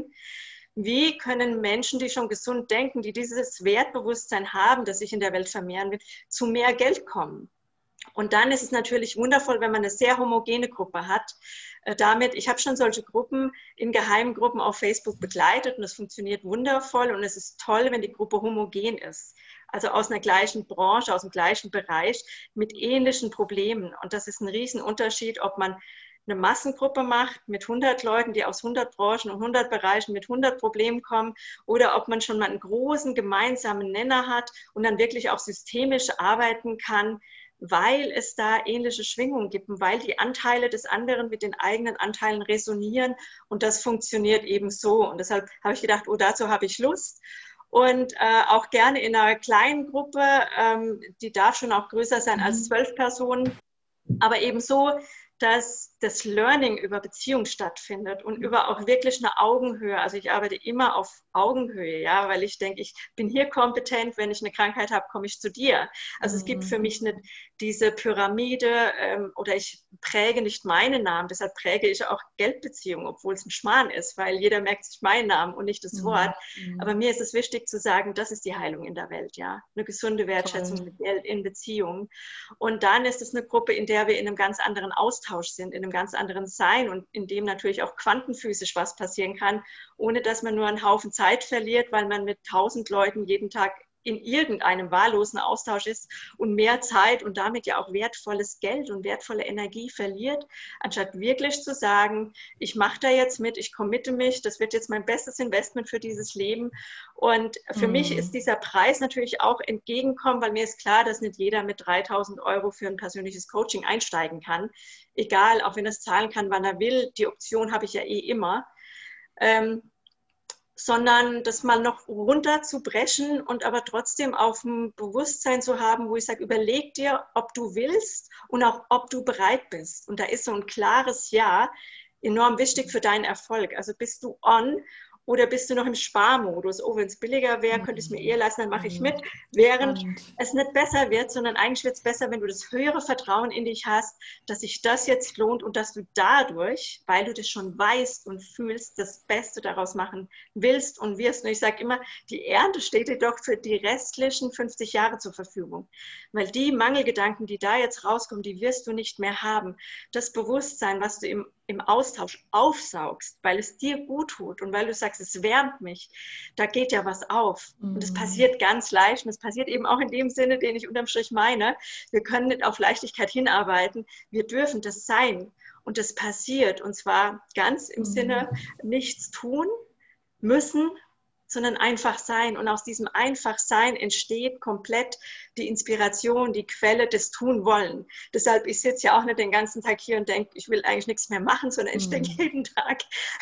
Wie können Menschen, die schon gesund denken, die dieses Wertbewusstsein haben, das sich in der Welt vermehren wird, zu mehr Geld kommen? Und dann ist es natürlich wundervoll, wenn man eine sehr homogene Gruppe hat. Damit, ich habe schon solche Gruppen in geheimen Gruppen auf Facebook begleitet und das funktioniert wundervoll und es ist toll, wenn die Gruppe homogen ist. Also aus einer gleichen Branche, aus dem gleichen Bereich mit ähnlichen Problemen. Und das ist ein Riesenunterschied, ob man eine Massengruppe macht mit hundert Leuten, die aus hundert Branchen und hundert Bereichen mit hundert Problemen kommen oder ob man schon mal einen großen gemeinsamen Nenner hat und dann wirklich auch systemisch arbeiten kann, weil es da ähnliche Schwingungen gibt und weil die Anteile des anderen mit den eigenen Anteilen resonieren und das funktioniert eben so. Und deshalb habe ich gedacht, oh, dazu habe ich Lust. Und äh, auch gerne in einer kleinen Gruppe, ähm, die darf schon auch größer sein als zwölf Personen, aber eben so, dass das Learning über Beziehung stattfindet und über auch wirklich eine Augenhöhe. Also ich arbeite immer auf Augenhöhe, ja, weil ich denke, ich bin hier kompetent, wenn ich eine Krankheit habe, komme ich zu dir. Also mhm. es gibt für mich nicht diese Pyramide ähm, oder ich präge nicht meinen Namen, deshalb präge ich auch Geldbeziehungen, obwohl es ein Schmarrn ist, weil jeder merkt sich meinen Namen und nicht das mhm. Wort. Aber mir ist es wichtig zu sagen, das ist die Heilung in der Welt, ja. Eine gesunde Wertschätzung mit Geld in Beziehungen. Und dann ist es eine Gruppe, in der wir in einem ganz anderen Austausch sind, in einem ganz anderen Sein und in dem natürlich auch quantenphysisch was passieren kann, ohne dass man nur einen Haufen Zeit verliert, weil man mit tausend Leuten jeden Tag in irgendeinem wahllosen Austausch ist und mehr Zeit und damit ja auch wertvolles Geld und wertvolle Energie verliert, anstatt wirklich zu sagen, ich mache da jetzt mit, ich committe mich, das wird jetzt mein bestes Investment für dieses Leben. Und für mm. mich ist dieser Preis natürlich auch entgegenkommen, weil mir ist klar, dass nicht jeder mit dreitausend Euro für ein persönliches Coaching einsteigen kann. Egal, auch wenn er es zahlen kann, wann er will, die Option habe ich ja eh immer. Ähm, sondern das mal noch runterzubrechen und aber trotzdem auf ein Bewusstsein zu haben, wo ich sage, überleg dir, ob du willst und auch, ob du bereit bist. Und da ist so ein klares Ja enorm wichtig für deinen Erfolg. Also bist du on oder bist du noch im Sparmodus? Oh, wenn es billiger wäre, könnte ich es mir eher leisten, dann mache ich mit. Während Spannend. Es nicht besser wird, sondern eigentlich wird es besser, wenn du das höhere Vertrauen in dich hast, dass sich das jetzt lohnt und dass du dadurch, weil du das schon weißt und fühlst, das Beste daraus machen willst und wirst. Und ich sage immer, die Ernte steht dir doch für die restlichen fünfzig Jahre zur Verfügung. Weil die Mangelgedanken, die da jetzt rauskommen, die wirst du nicht mehr haben. Das Bewusstsein, was du im, im Austausch aufsaugst, weil es dir gut tut und weil du sagst, es wärmt mich, da geht ja was auf. Mm. Und es passiert ganz leicht und es passiert eben auch in dem Sinne, den ich unterm Strich meine. Wir können nicht auf Leichtigkeit hinarbeiten, wir dürfen das sein. Und das passiert und zwar ganz im mm. Sinne nichts tun müssen, sondern einfach sein. Und aus diesem Einfachsein entsteht komplett die Inspiration, die Quelle des Tun wollen. Deshalb, ich sitze ja auch nicht den ganzen Tag hier und denke, ich will eigentlich nichts mehr machen, sondern ich denke mm. jeden Tag,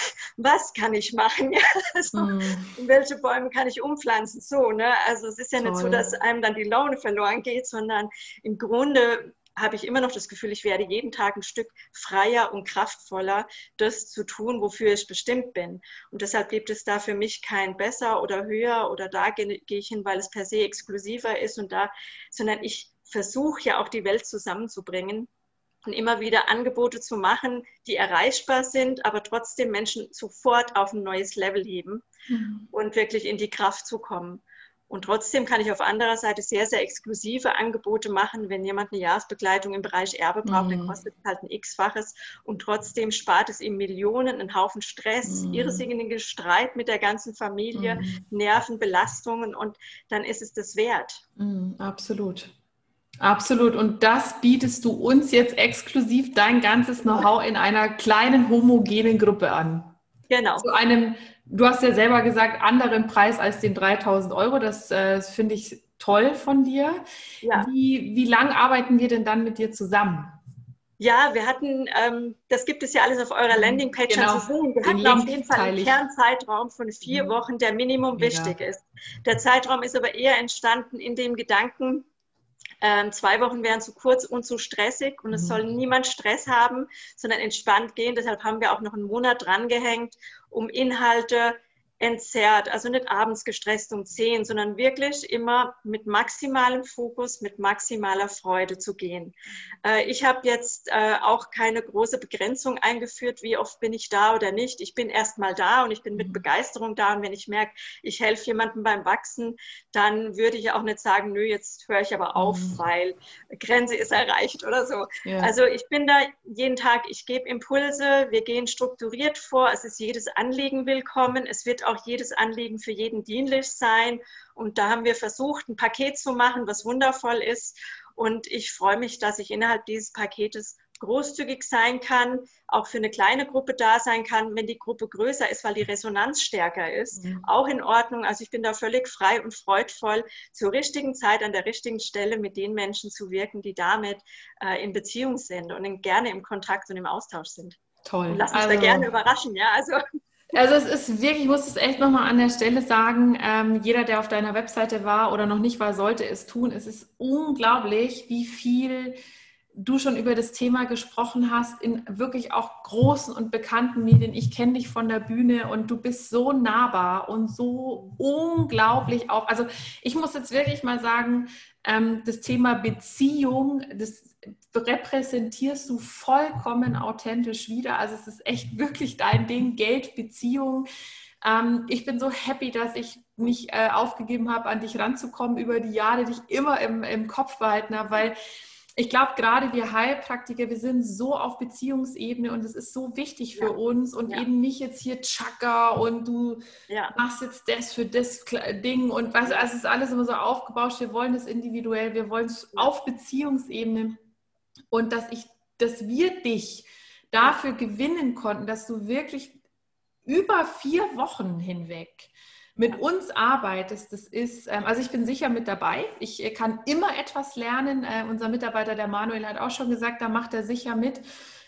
was kann ich machen? Ja, also, mm. welche Bäume kann ich umpflanzen? So, ne? Also es ist ja Toll. Nicht so, dass einem dann die Laune verloren geht, sondern im Grunde habe ich immer noch das Gefühl, ich werde jeden Tag ein Stück freier und kraftvoller, das zu tun, wofür ich bestimmt bin. Und deshalb gibt es da für mich kein besser oder höher oder da gehe ich hin, weil es per se exklusiver ist und da, sondern ich versuche ja auch die Welt zusammenzubringen und immer wieder Angebote zu machen, die erreichbar sind, aber trotzdem Menschen sofort auf ein neues Level heben mhm. und wirklich in die Kraft zu kommen. Und trotzdem kann ich auf anderer Seite sehr, sehr exklusive Angebote machen. Wenn jemand eine Jahresbegleitung im Bereich Erbe braucht, mm. dann kostet es halt ein X-faches und trotzdem spart es ihm Millionen, einen Haufen Stress, mm. irrsinnigen Streit mit der ganzen Familie, mm. Nerven, Belastungen und dann ist es das wert. Mm, absolut. Absolut. Und das bietest du uns jetzt exklusiv dein ganzes Know-how in einer kleinen homogenen Gruppe an. Genau. Zu einem, du hast ja selber gesagt, anderen Preis als den dreitausend Euro. Das, äh, das finde ich toll von dir. Ja. Wie, wie lang arbeiten wir denn dann mit dir zusammen? Ja, wir hatten, ähm, das gibt es ja alles auf eurer Landingpage genau. zu sehen. Wir Den hatten Link auf jeden Fall einen Kernzeitraum von vier Wochen, der Minimum Mega. Wichtig ist. Der Zeitraum ist aber eher entstanden in dem Gedanken, Ähm, zwei Wochen wären zu kurz und zu stressig und es mhm. soll niemand Stress haben, sondern entspannt gehen. Deshalb haben wir auch noch einen Monat drangehängt, um Inhalte entzerrt, also nicht abends gestresst um zehn, sondern wirklich immer mit maximalem Fokus, mit maximaler Freude zu gehen. Äh, ich habe jetzt äh, auch keine große Begrenzung eingeführt, wie oft bin ich da oder nicht. Ich bin erst mal da und ich bin mit Begeisterung da und wenn ich merke, ich helfe jemandem beim Wachsen, dann würde ich auch nicht sagen, nö, jetzt höre ich aber auf, mhm. weil Grenze ist erreicht oder so. Ja. Also ich bin da jeden Tag, ich gebe Impulse, wir gehen strukturiert vor, es ist jedes Anliegen willkommen, es wird auch jedes Anliegen für jeden dienlich sein. Und da haben wir versucht, ein Paket zu machen, was wundervoll ist. Und ich freue mich, dass ich innerhalb dieses Paketes großzügig sein kann, auch für eine kleine Gruppe da sein kann, wenn die Gruppe größer ist, weil die Resonanz stärker ist. Mhm. Auch in Ordnung. Also ich bin da völlig frei und freudvoll, zur richtigen Zeit an der richtigen Stelle mit den Menschen zu wirken, die damit äh, in Beziehung sind und in, gerne im Kontakt und im Austausch sind. Toll. Und lass uns also da gerne überraschen, ja. Also Also es ist wirklich, ich muss es echt nochmal an der Stelle sagen, ähm, jeder, der auf deiner Webseite war oder noch nicht war, sollte es tun. Es ist unglaublich, wie viel du schon über das Thema gesprochen hast, in wirklich auch großen und bekannten Medien. Ich kenne dich von der Bühne und du bist so nahbar und so unglaublich auch. Also ich muss jetzt wirklich mal sagen, ähm, das Thema Beziehung, das repräsentierst du vollkommen authentisch wieder. Also es ist echt wirklich dein Ding, Geld, Beziehung. Ähm, ich bin so happy, dass ich mich äh, aufgegeben habe, an dich ranzukommen über die Jahre, dich immer im, im Kopf behalten habe, weil ich glaube, gerade wir Heilpraktiker, wir sind so auf Beziehungsebene und es ist so wichtig für ja. uns und ja. eben nicht jetzt hier Chaka und du ja. machst jetzt das für das Ding und was, also es ist alles immer so aufgebauscht, wir wollen es individuell, wir wollen es ja. auf Beziehungsebene und dass ich, dass wir dich dafür gewinnen konnten, dass du wirklich über vier Wochen hinweg mit uns arbeitest, das ist, also ich bin sicher mit dabei. Ich kann immer etwas lernen. Äh, unser Mitarbeiter, der Manuel, hat auch schon gesagt, da macht er sicher mit.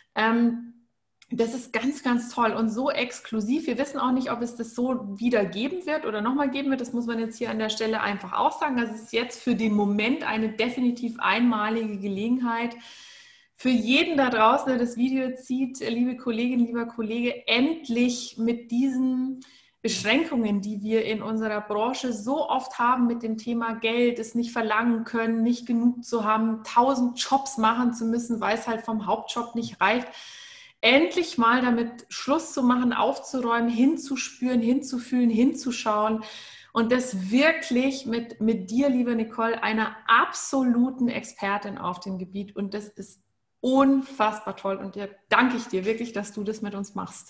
Ähm, das ist ganz, ganz toll und so exklusiv. Wir wissen auch nicht, ob es das so wieder geben wird oder nochmal geben wird. Das muss man jetzt hier an der Stelle einfach auch sagen. Das ist jetzt für den Moment eine definitiv einmalige Gelegenheit. Für jeden da draußen, der das Video sieht, liebe Kollegin, lieber Kollege, endlich mit diesen Beschränkungen, die wir in unserer Branche so oft haben mit dem Thema Geld, es nicht verlangen können, nicht genug zu haben, tausend Jobs machen zu müssen, weil es halt vom Hauptjob nicht reicht, endlich mal damit Schluss zu machen, aufzuräumen, hinzuspüren, hinzufühlen, hinzuschauen und das wirklich mit, mit dir, liebe Nicole, einer absoluten Expertin auf dem Gebiet und das ist unfassbar toll und da danke ich dir wirklich, dass du das mit uns machst.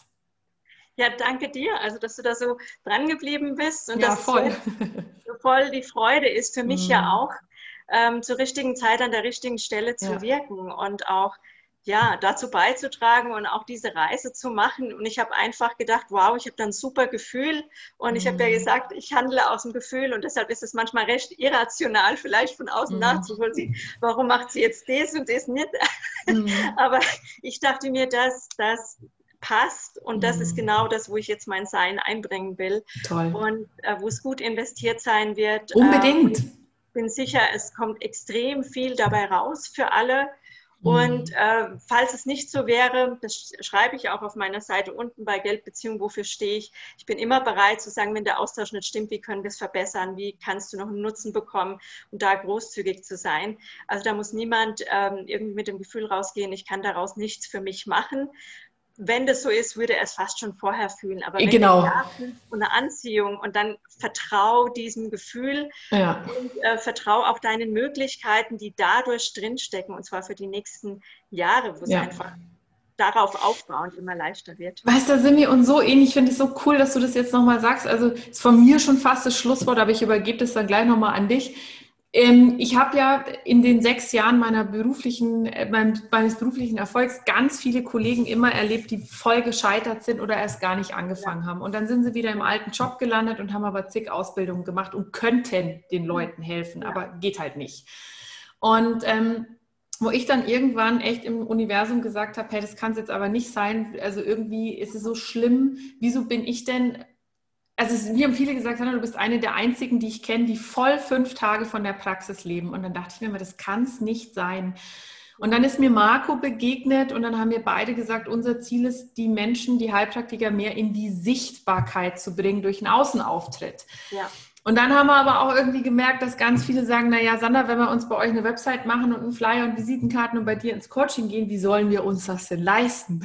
Ja, danke dir, also dass du da so dran geblieben bist und ja, dass voll. So, so voll die Freude ist für mich mm. ja auch, ähm, zur richtigen Zeit an der richtigen Stelle zu ja. wirken und auch ja, dazu beizutragen und auch diese Reise zu machen. Und ich habe einfach gedacht, wow, ich habe da ein super Gefühl. Und ich habe ja gesagt, ich handle aus dem Gefühl. Und deshalb ist es manchmal recht irrational, vielleicht von außen mm. nachzuvollziehen. Warum macht sie jetzt das und das nicht? Mm. Aber ich dachte mir, dass das passt. Und das mm. ist genau das, wo ich jetzt mein Sein einbringen will. Toll. Und äh, wo es gut investiert sein wird. Unbedingt. Äh, ich bin sicher, es kommt extrem viel dabei raus für alle. Und äh, falls es nicht so wäre, das schreibe ich auch auf meiner Seite unten bei Geldbeziehungen, wofür stehe ich. Ich bin immer bereit zu sagen, wenn der Austausch nicht stimmt, wie können wir es verbessern, wie kannst du noch einen Nutzen bekommen und da großzügig zu sein. Also da muss niemand ähm, irgendwie mit dem Gefühl rausgehen, ich kann daraus nichts für mich machen. Wenn das so ist, würde er es fast schon vorher fühlen. Aber wenn genau. du und eine Anziehung und dann vertrau diesem Gefühl ja. und äh, vertrau auch deinen Möglichkeiten, die dadurch drinstecken, und zwar für die nächsten Jahre, wo es ja. einfach darauf aufbauend immer leichter wird. Weißt du, da sind wir uns so ähnlich. Ich finde es so cool, dass du das jetzt nochmal sagst. Also ist von mir schon fast das Schlusswort, aber ich übergebe das dann gleich nochmal an dich. Ich habe ja in den sechs Jahren meiner beruflichen, meines beruflichen Erfolgs ganz viele Kollegen immer erlebt, die voll gescheitert sind oder erst gar nicht angefangen haben. Und dann sind sie wieder im alten Job gelandet und haben aber zig Ausbildungen gemacht und könnten den Leuten helfen, ja. aber geht halt nicht. Und ähm, wo ich dann irgendwann echt im Universum gesagt habe, hey, das kann es jetzt aber nicht sein. Also irgendwie ist es so schlimm. Wieso bin ich denn... Also es, mir haben viele gesagt, Sandra, du bist eine der einzigen, die ich kenne, die voll fünf Tage von der Praxis leben. Und dann dachte ich mir immer, das kann es nicht sein. Und dann ist mir Marco begegnet und dann haben wir beide gesagt, unser Ziel ist, die Menschen, die Heilpraktiker mehr in die Sichtbarkeit zu bringen durch einen Außenauftritt. Ja. Und dann haben wir aber auch irgendwie gemerkt, dass ganz viele sagen, naja, Sandra, wenn wir uns bei euch eine Website machen und einen Flyer und Visitenkarten und bei dir ins Coaching gehen, wie sollen wir uns das denn leisten?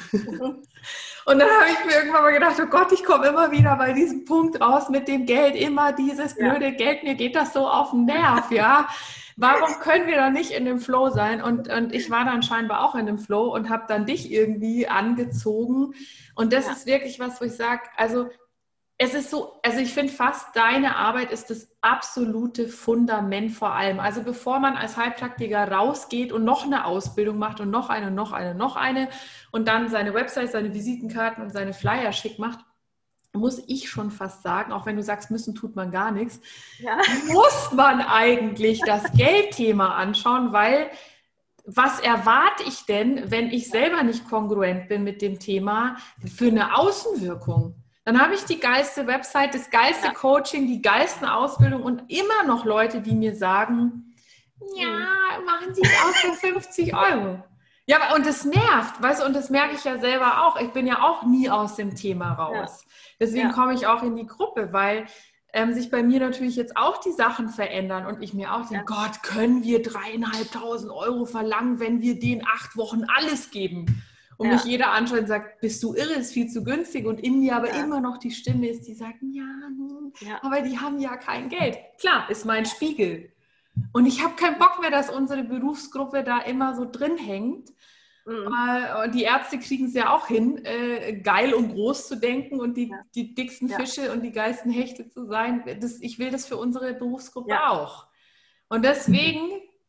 Und dann habe ich mir irgendwann mal gedacht, oh Gott, ich komme immer wieder bei diesem Punkt raus mit dem Geld, immer dieses blöde ja. Geld, mir geht das so auf den Nerv, ja. Warum können wir da nicht in dem Flow sein? Und, und ich war dann scheinbar auch in dem Flow und habe dann dich irgendwie angezogen. Und das ja. ist wirklich was, wo ich sage, also es ist so, also ich finde fast, deine Arbeit ist das absolute Fundament vor allem. Also bevor man als Heilpraktiker rausgeht und noch eine Ausbildung macht und noch eine, noch eine, noch eine und dann seine Website, seine Visitenkarten und seine Flyer schick macht, muss ich schon fast sagen, auch wenn du sagst, müssen tut man gar nichts, ja. muss man eigentlich das Geldthema anschauen, weil was erwarte ich denn, wenn ich selber nicht kongruent bin mit dem Thema, für eine Außenwirkung? Dann habe ich die geilste Website, das geilste ja. Coaching, die geilsten Ausbildungen und immer noch Leute, die mir sagen, ja, machen Sie es auch für fünfzig Euro. Ja, und das nervt, weißt du, und das merke ich ja selber auch. Ich bin ja auch nie aus dem Thema raus. Ja. Deswegen ja. komme ich auch in die Gruppe, weil ähm, sich bei mir natürlich jetzt auch die Sachen verändern und ich mir auch denke, ja. Gott, können wir dreieinhalbtausend Euro verlangen, wenn wir denen acht Wochen alles geben? Und ja. mich jeder anschaut und sagt, bist du irre, ist viel zu günstig. Und in mir aber ja. immer noch die Stimme ist, die sagt, ja, ja, aber die haben ja kein Geld. Klar, ist mein Spiegel. Und ich habe keinen Bock mehr, dass unsere Berufsgruppe da immer so drin hängt. Mhm. Äh, und die Ärzte kriegen es ja auch hin, äh, geil und groß zu denken und die, ja. die dicksten ja. Fische und die geilsten Hechte zu sein. Das, ich will das für unsere Berufsgruppe ja. auch. Und deswegen...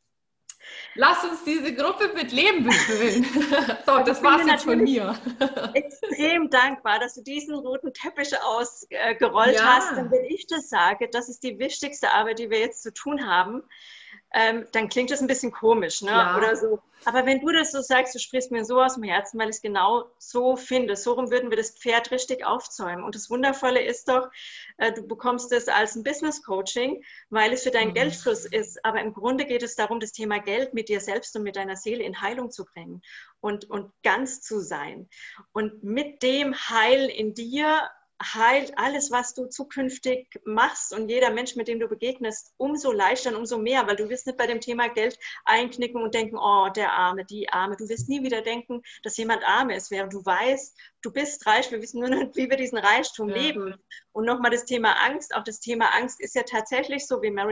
Lass uns diese Gruppe mit Leben befüllen. So, das war's jetzt von mir. Extrem dankbar, dass du diesen roten Teppich ausgerollt ja. hast. Und wenn ich das sage, das ist die wichtigste Arbeit, die wir jetzt zu tun haben, ähm, dann klingt das ein bisschen komisch, ne? Ja. Oder so. Aber wenn du das so sagst, du sprichst mir so aus dem Herzen, weil ich es genau so finde. So rum würden wir das Pferd richtig aufzäumen. Und das Wundervolle ist doch, äh, du bekommst es als ein Business-Coaching, weil es für deinen mhm. Geldfluss ist. Aber im Grunde geht es darum, das Thema Geld mit dir selbst und mit deiner Seele in Heilung zu bringen und, und ganz zu sein. Und mit dem Heil in dir heilt alles, was du zukünftig machst und jeder Mensch, mit dem du begegnest, umso leichter und umso mehr, weil du wirst nicht bei dem Thema Geld einknicken und denken, oh, der Arme, die Arme. Du wirst nie wieder denken, dass jemand Arme ist, während du weißt, du bist reich, wir wissen nur nicht, wie wir diesen Reichtum ja. leben. Und nochmal das Thema Angst, auch das Thema Angst ist ja tatsächlich so, wie Marianne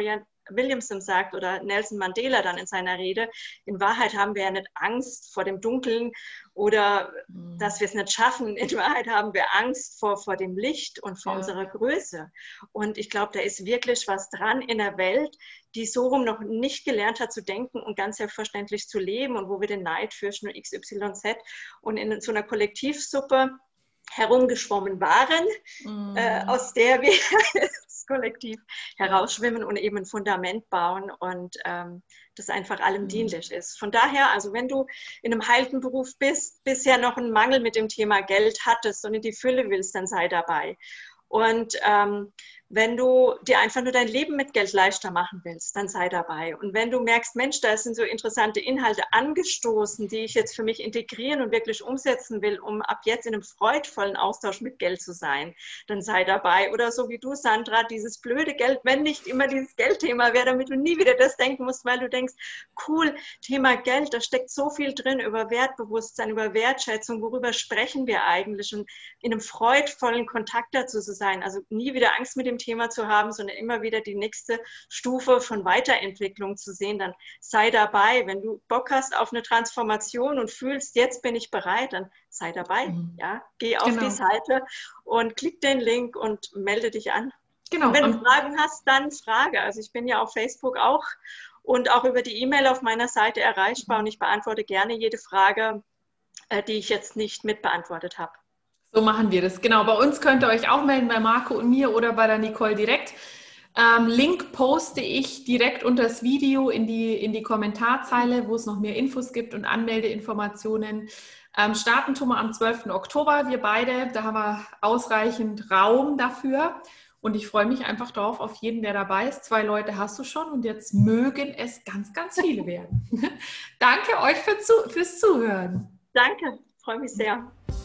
Williamson sagt oder Nelson Mandela dann in seiner Rede, in Wahrheit haben wir ja nicht Angst vor dem Dunkeln oder mhm. dass wir es nicht schaffen. In Wahrheit haben wir Angst vor, vor dem Licht und vor ja. unserer Größe. Und ich glaube, da ist wirklich was dran in der Welt, die so rum noch nicht gelernt hat zu denken und ganz selbstverständlich zu leben und wo wir den Neid fürchten und X Y Z und in so einer Kollektivsuppe herumgeschwommen waren, mm. äh, aus der wir das Kollektiv herausschwimmen und eben ein Fundament bauen und ähm, das einfach allem mm. dienlich ist. Von daher, also wenn du in einem heilten Beruf bist, bisher noch einen Mangel mit dem Thema Geld hattest und in die Fülle willst, dann sei dabei. Und ähm, wenn du dir einfach nur dein Leben mit Geld leichter machen willst, dann sei dabei. Und wenn du merkst, Mensch, da sind so interessante Inhalte angestoßen, die ich jetzt für mich integrieren und wirklich umsetzen will, um ab jetzt in einem freudvollen Austausch mit Geld zu sein, dann sei dabei. Oder so wie du, Sandra, dieses blöde Geld, wenn nicht immer dieses Geldthema wäre, damit du nie wieder das denken musst, weil du denkst, cool, Thema Geld, da steckt so viel drin über Wertbewusstsein, über Wertschätzung, worüber sprechen wir eigentlich und in einem freudvollen Kontakt dazu zu sein. Also nie wieder Angst mit dem Thema zu haben, sondern immer wieder die nächste Stufe von Weiterentwicklung zu sehen, dann sei dabei. Wenn du Bock hast auf eine Transformation und fühlst, jetzt bin ich bereit, dann sei dabei. Mhm. Ja? Geh auf genau. die Seite und klick den Link und melde dich an. Genau. Und wenn du Fragen hast, dann frage. Also ich bin ja auf Facebook auch und auch über die E-Mail auf meiner Seite erreichbar und ich beantworte gerne jede Frage, die ich jetzt nicht mit beantwortet habe. So machen wir das. Genau, bei uns könnt ihr euch auch melden, bei Marco und mir oder bei der Nicole direkt. Ähm, Link poste ich direkt unter das Video in die, in die Kommentarzeile, wo es noch mehr Infos gibt und Anmeldeinformationen. Ähm, starten tun wir am zwölften Oktober, wir beide. Da haben wir ausreichend Raum dafür. Und ich freue mich einfach drauf, auf jeden, der dabei ist. Zwei Leute hast du schon und jetzt mögen es ganz, ganz viele werden. Danke euch für zu, fürs Zuhören. Danke, freue mich sehr.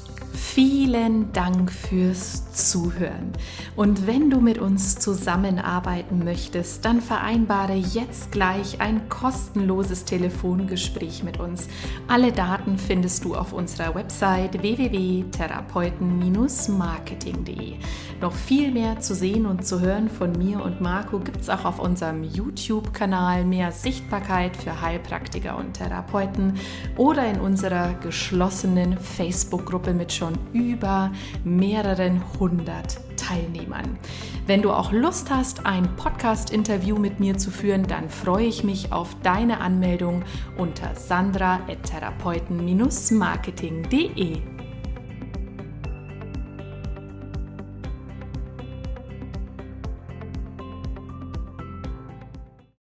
Vielen Dank fürs Zuhören. Und wenn du mit uns zusammenarbeiten möchtest, dann vereinbare jetzt gleich ein kostenloses Telefongespräch mit uns. Alle Daten findest du auf unserer Website w w w punkt therapeuten Bindestrich marketing punkt de. Noch viel mehr zu sehen und zu hören von mir und Marco gibt es auch auf unserem YouTube-Kanal. Mehr Sichtbarkeit für Heilpraktiker und Therapeuten oder in unserer geschlossenen Facebook-Gruppe mit schon über mehreren hundert Teilnehmern. Wenn du auch Lust hast, ein Podcast-Interview mit mir zu führen, dann freue ich mich auf deine Anmeldung unter sandra at therapeuten Bindestrich marketing punkt de.